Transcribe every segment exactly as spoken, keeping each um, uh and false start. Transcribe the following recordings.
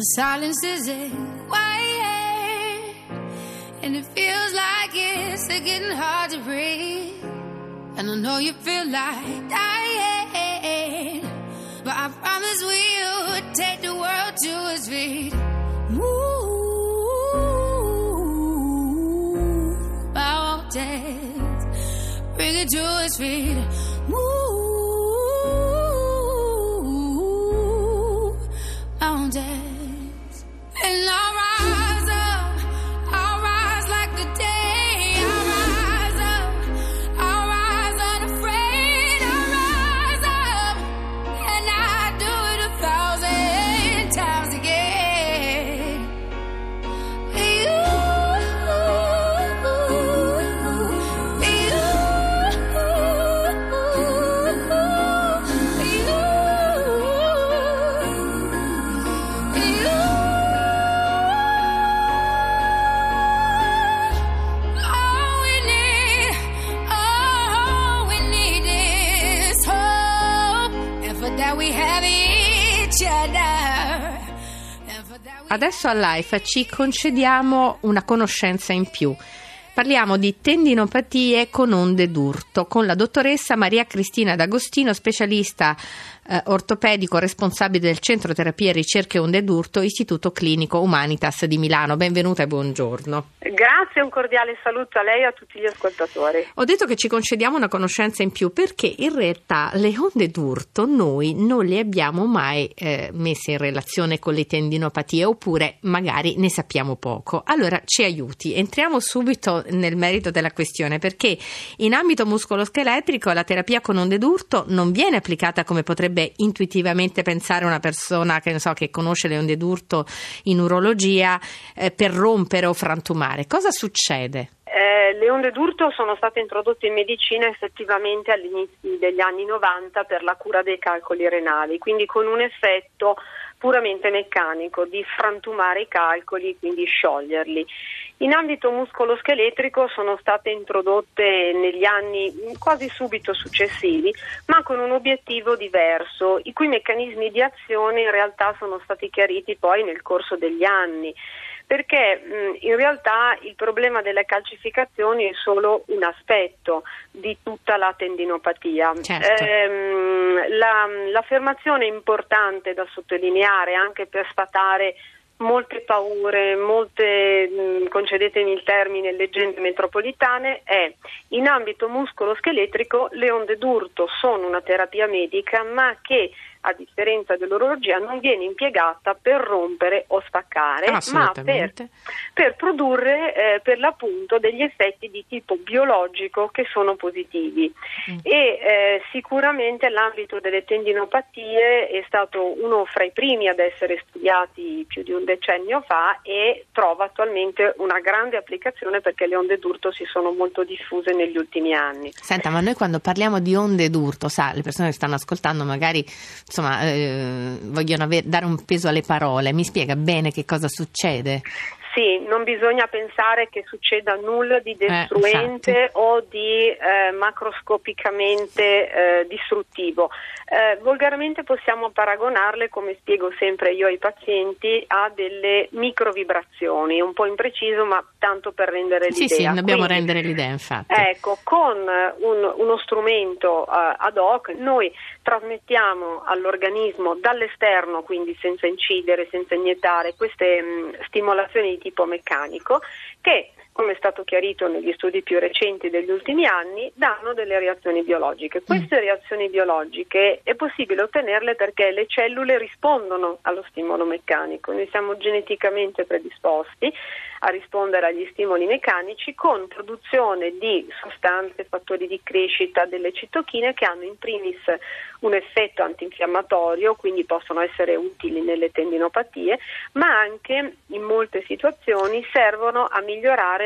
silence is quiet, and it feels like it's getting hard to breathe. And I know you feel like dying, but I promise we'll take the world to its feet. Move mountains, bring it to its feet. Move mountains, and I'll rise up, I'll rise like the day. Adesso al Life ci concediamo una conoscenza in più. Parliamo di tendinopatie con onde d'urto con la dottoressa Maria Cristina D'Agostino, specialista eh, ortopedico responsabile del Centro Terapia e Ricerche Onde d'Urto, Istituto Clinico Humanitas di Milano. Benvenuta e buongiorno. Grazie, un cordiale saluto a lei e a tutti gli ascoltatori. Ho detto che ci concediamo una conoscenza in più perché in realtà le onde d'urto noi non le abbiamo mai eh, messe in relazione con le tendinopatie, oppure magari ne sappiamo poco. Allora ci aiuti, entriamo subito nel merito della questione, perché in ambito muscoloscheletrico la terapia con onde d'urto non viene applicata come potrebbe intuitivamente pensare una persona che, non so, che conosce le onde d'urto in urologia eh, per rompere o frantumare. Cosa succede? Eh, le onde d'urto sono state introdotte in medicina effettivamente all'inizio degli anni novanta per la cura dei calcoli renali, quindi con un effetto puramente meccanico di frantumare i calcoli, quindi scioglierli. In ambito muscoloscheletrico sono state introdotte negli anni quasi subito successivi, ma con un obiettivo diverso, i cui meccanismi di azione in realtà sono stati chiariti poi nel corso degli anni. Perché mh, in realtà il problema delle calcificazioni è solo un aspetto di tutta la tendinopatia. Certo. Ehm, la, l'affermazione importante da sottolineare anche per sfatare molte paure, molte, mh, concedetemi il termine, leggende metropolitane, è: in ambito muscoloscheletrico le onde d'urto sono una terapia medica, ma che a differenza dell'orologia non viene impiegata per rompere o staccare, ma per, per produrre eh, per l'appunto degli effetti di tipo biologico che sono positivi. Mm. E eh, sicuramente l'ambito delle tendinopatie è stato uno fra i primi ad essere studiati più di un decennio fa e trova attualmente una grande applicazione perché le onde d'urto si sono molto diffuse negli ultimi anni. Senta, ma noi quando parliamo di onde d'urto, sa, le persone che stanno ascoltando magari insomma eh, vogliono aver, dare un peso alle parole. Mi spiega bene che cosa succede? Sì, non bisogna pensare che succeda nulla di destruente eh, o di eh, macroscopicamente eh, distruttivo. Eh, volgarmente possiamo paragonarle, come spiego sempre io ai pazienti, a delle microvibrazioni, un po' impreciso ma tanto per rendere l'idea. Sì, sì, dobbiamo Quindi, rendere l'idea, infatti. Ecco, con un, uno strumento uh, ad hoc noi trasmettiamo all'organismo dall'esterno, quindi senza incidere, senza iniettare, queste mh, stimolazioni di tipo meccanico che, come è stato chiarito negli studi più recenti degli ultimi anni, danno delle reazioni biologiche. Queste reazioni biologiche è possibile ottenerle perché le cellule rispondono allo stimolo meccanico. Noi siamo geneticamente predisposti a rispondere agli stimoli meccanici con produzione di sostanze, fattori di crescita delle citochine che hanno in primis un effetto antinfiammatorio, quindi possono essere utili nelle tendinopatie, ma anche in molte situazioni servono a migliorare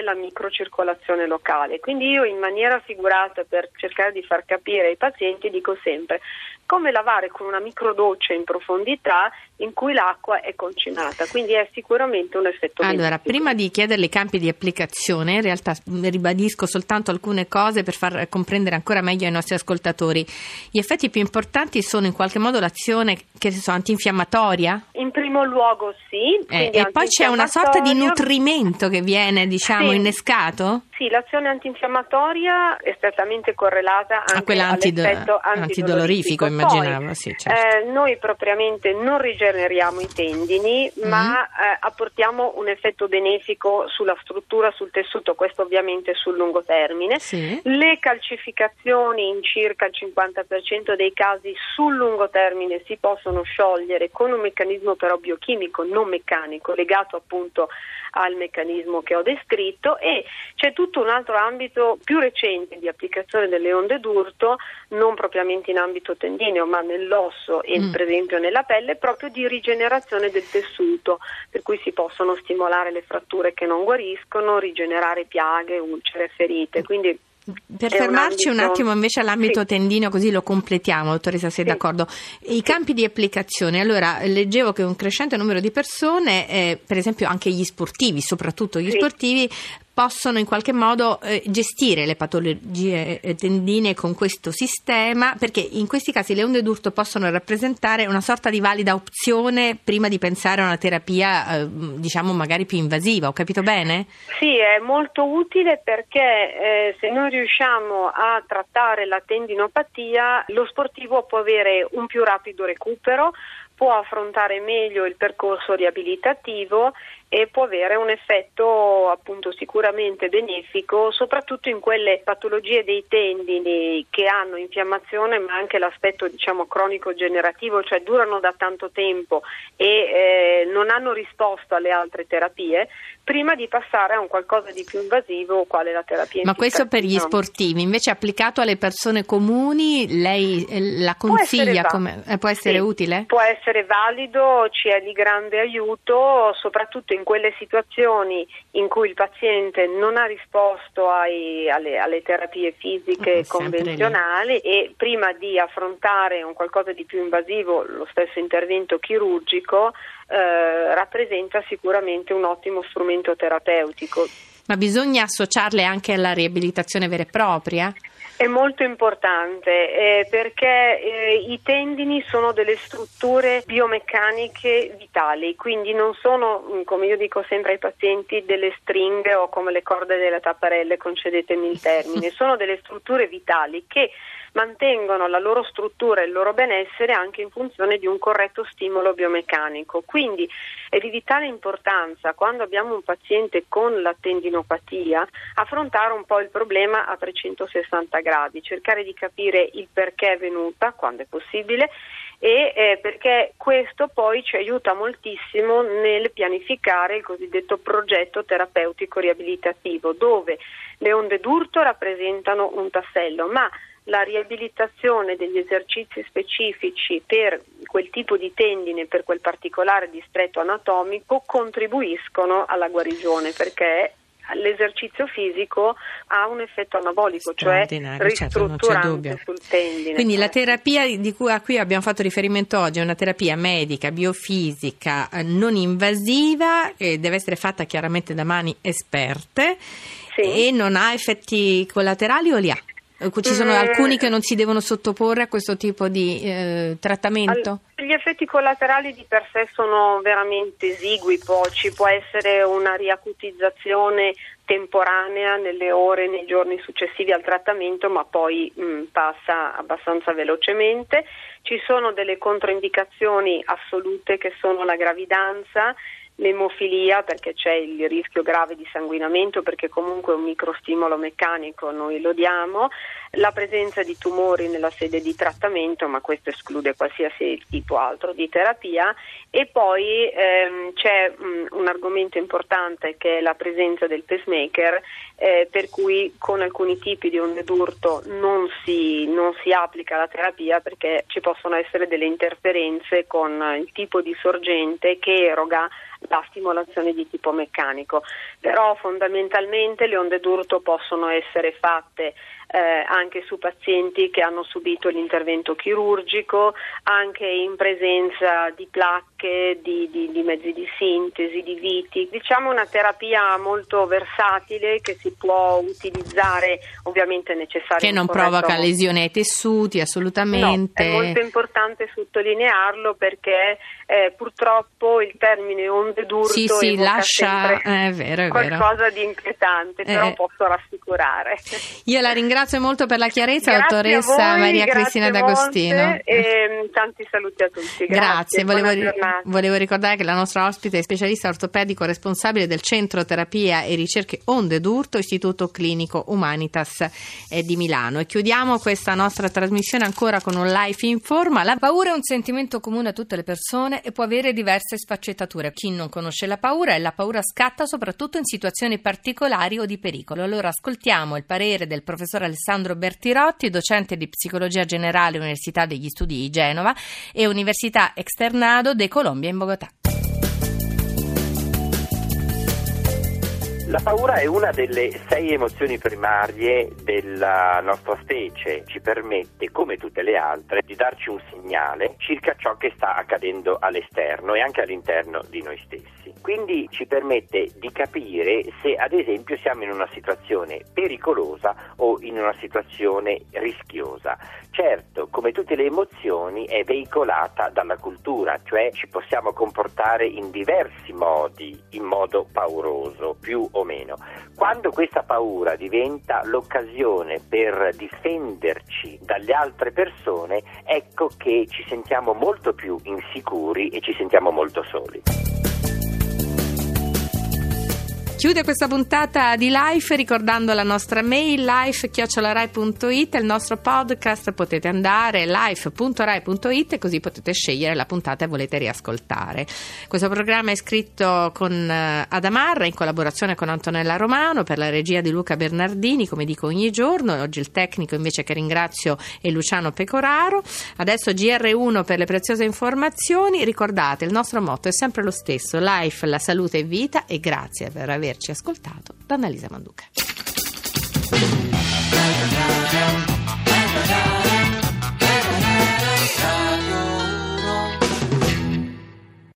stimolare la microcircolazione locale. Quindi io in maniera figurata, per cercare di far capire ai pazienti, dico sempre come lavare con una microdoccia in profondità in cui l'acqua è concentrata, quindi è sicuramente un effetto Allora, benefico. prima di chiederle i campi di applicazione, in realtà ribadisco soltanto alcune cose per far comprendere ancora meglio ai nostri ascoltatori. Gli effetti più importanti sono in qualche modo l'azione, che so, antinfiammatoria? In primo luogo sì. Eh, e poi c'è una sorta di nutrimento che viene, diciamo, sì. innescato? Sì, l'azione antinfiammatoria è strettamente correlata anche a quella antido- all'effetto antidolorifico, antidolorifico. immaginavo. Poi, sì, certo. eh, noi propriamente non rigeneriamo i tendini, mm. ma eh, apportiamo un effetto benefico sulla struttura, sul tessuto, questo ovviamente sul lungo termine. Sì. Le calcificazioni in circa il cinquanta per cento dei casi sul lungo termine si possono sciogliere con un meccanismo però biochimico, non meccanico, legato appunto al meccanismo che ho descritto, e c'è tutto un altro ambito più recente di applicazione delle onde d'urto, non propriamente in ambito tendineo ma nell'osso e mm. per esempio nella pelle, proprio di rigenerazione del tessuto, per cui si possono stimolare le fratture che non guariscono, rigenerare piaghe, ulcere, ferite, quindi per fermarci un, ambito... un attimo invece all'ambito sì. tendineo, così lo completiamo, dottoressa, sei sì. d'accordo? I sì. campi di applicazione, allora leggevo che un crescente numero di persone, eh, per esempio anche gli sportivi, soprattutto gli sì. sportivi, possono in qualche modo eh, gestire le patologie eh, tendinee con questo sistema, perché in questi casi le onde d'urto possono rappresentare una sorta di valida opzione prima di pensare a una terapia eh, diciamo magari più invasiva. Ho capito bene? Sì, è molto utile perché eh, se noi riusciamo a trattare la tendinopatia, lo sportivo può avere un più rapido recupero, può affrontare meglio il percorso riabilitativo e può avere un effetto appunto sicuramente benefico, soprattutto in quelle patologie dei tendini che hanno infiammazione ma anche l'aspetto diciamo cronico generativo, cioè durano da tanto tempo e eh, non hanno risposto alle altre terapie, prima di passare a un qualcosa di più invasivo quale la terapia. Ma questo per gli sportivi, invece applicato alle persone comuni, lei la consiglia? Può essere, come, eh, può essere sì, utile? Può essere valido, ci è di grande aiuto, soprattutto in quelle situazioni in cui il paziente non ha risposto ai, alle, alle terapie fisiche eh, convenzionali e prima di affrontare un qualcosa di più invasivo, lo stesso intervento chirurgico eh, rappresenta sicuramente un ottimo strumento terapeutico. Ma bisogna associarle anche alla riabilitazione vera e propria? È molto importante eh, perché eh, i tendini sono delle strutture biomeccaniche vitali, quindi non sono, come io dico sempre ai pazienti, delle stringhe o come le corde delle tapparelle, concedetemi il termine, sono delle strutture vitali che mantengono la loro struttura e il loro benessere anche in funzione di un corretto stimolo biomeccanico. Quindi è di vitale importanza, quando abbiamo un paziente con la tendinopatia, affrontare un po' il problema a trecentosessanta gradi, cercare di capire il perché è venuta, quando è possibile, e eh, perché questo poi ci aiuta moltissimo nel pianificare il cosiddetto progetto terapeutico riabilitativo, dove le onde d'urto rappresentano un tassello, ma la riabilitazione degli esercizi specifici per quel tipo di tendine, per quel particolare distretto anatomico, contribuiscono alla guarigione, perché l'esercizio fisico ha un effetto anabolico, cioè ristrutturante, certo, sul tendine. Quindi la terapia di cui a cui abbiamo fatto riferimento oggi è una terapia medica, biofisica, non invasiva, che deve essere fatta chiaramente da mani esperte, sì. E non ha effetti collaterali o li ha? Ci sono alcuni che non si devono sottoporre a questo tipo di eh, trattamento? Gli effetti collaterali di per sé sono veramente esigui, poi ci può essere una riacutizzazione temporanea nelle ore, nei giorni successivi al trattamento, ma poi mh, passa abbastanza velocemente. Ci sono delle controindicazioni assolute che sono la gravidanza, l'emofilia, perché c'è il rischio grave di sanguinamento, perché comunque un microstimolo meccanico noi lo diamo, la presenza di tumori nella sede di trattamento, ma questo esclude qualsiasi tipo altro di terapia, e poi ehm, c'è mh, un argomento importante che è la presenza del pacemaker, eh, per cui con alcuni tipi di onde d'urto non si, non si applica la terapia perché ci possono essere delle interferenze con il tipo di sorgente che eroga la stimolazione di tipo meccanico. Però fondamentalmente le onde d'urto possono essere fatte Eh, anche su pazienti che hanno subito l'intervento chirurgico, anche in presenza di placche, di, di, di mezzi di sintesi, di viti. Diciamo una terapia molto versatile che si può utilizzare, ovviamente è necessario. Che non provoca lesioni ai tessuti, assolutamente. No, è molto importante sottolinearlo perché eh, purtroppo il termine onde d'urto sì, sì, evoca lascia sempre è vero, è qualcosa vero. di inquietante, però eh. posso rassicurare. Io la ringrazio molto per la chiarezza, Grazie dottoressa voi, Maria Cristina D'Agostino. E tanti saluti a tutti. Grazie, Grazie. Volevo, volevo ricordare che la nostra ospite è specialista ortopedico responsabile del Centro Terapia e Ricerche Onde d'Urto, Istituto Clinico Humanitas eh, di Milano. E chiudiamo questa nostra trasmissione ancora con un Life in Forma. La paura è un sentimento comune a tutte le persone e può avere diverse sfaccettature. Chi non conosce la paura, e la paura scatta soprattutto in situazioni particolari o di pericolo. Allora ascoltiamo il parere del professor Alessandro Bertirotti, docente di Psicologia Generale Università degli Studi di Genova e Università Externado de Colombia in Bogotà. La paura è una delle sei emozioni primarie della nostra specie, ci permette, come tutte le altre, di darci un segnale circa ciò che sta accadendo all'esterno e anche all'interno di noi stessi. Quindi ci permette di capire se ad esempio siamo in una situazione pericolosa o in una situazione rischiosa. Certo, come tutte le emozioni è veicolata dalla cultura, cioè ci possiamo comportare in diversi modi, in modo pauroso, più o meno. Quando questa paura diventa l'occasione per difenderci dalle altre persone, ecco che ci sentiamo molto più insicuri e ci sentiamo molto soli. Chiude questa puntata di Life ricordando la nostra mail life chiocciola rai punto it, il nostro podcast, potete andare life punto rai punto it e così potete scegliere la puntata che volete riascoltare. Questo programma è scritto con Adamarra in collaborazione con Antonella Romano, per la regia di Luca Bernardini, come dico ogni giorno. Oggi il tecnico invece che ringrazio è Luciano Pecoraro. Adesso G R uno per le preziose informazioni. Ricordate, il nostro motto è sempre lo stesso: Life, la salute e vita, e grazie per aver ci ascoltato da Annalisa Manduca.